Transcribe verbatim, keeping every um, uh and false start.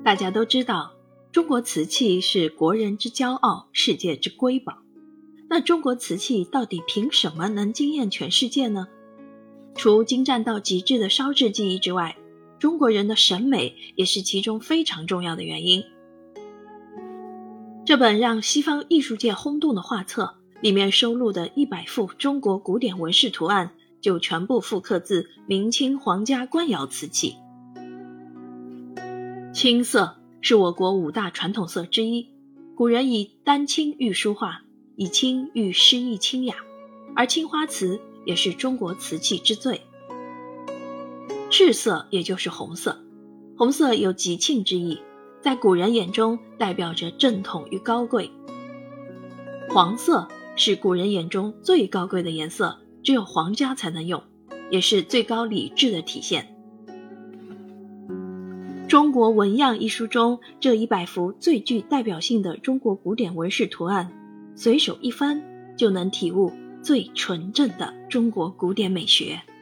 大家都知道，中国瓷器是国人之骄傲，世界之瑰宝。那中国瓷器到底凭什么能惊艳全世界呢？除精湛到极致的烧制技艺之外，中国人的审美也是其中非常重要的原因。这本让西方艺术界轰动的画册，里面收录的一百幅中国古典纹饰图案，就全部复刻自明清皇家官窑瓷器。青色是我国五大传统色之一，古人以丹青喻书画，以青喻诗意清雅，而青花瓷也是中国瓷器之最。赤色也就是红色，红色有吉庆之意，在古人眼中代表着正统与高贵。黄色是古人眼中最高贵的颜色，只有皇家才能用，也是最高礼制的体现。中国纹样一书中，这一百幅最具代表性的中国古典纹饰图案，随手一翻就能体悟最纯正的中国古典美学。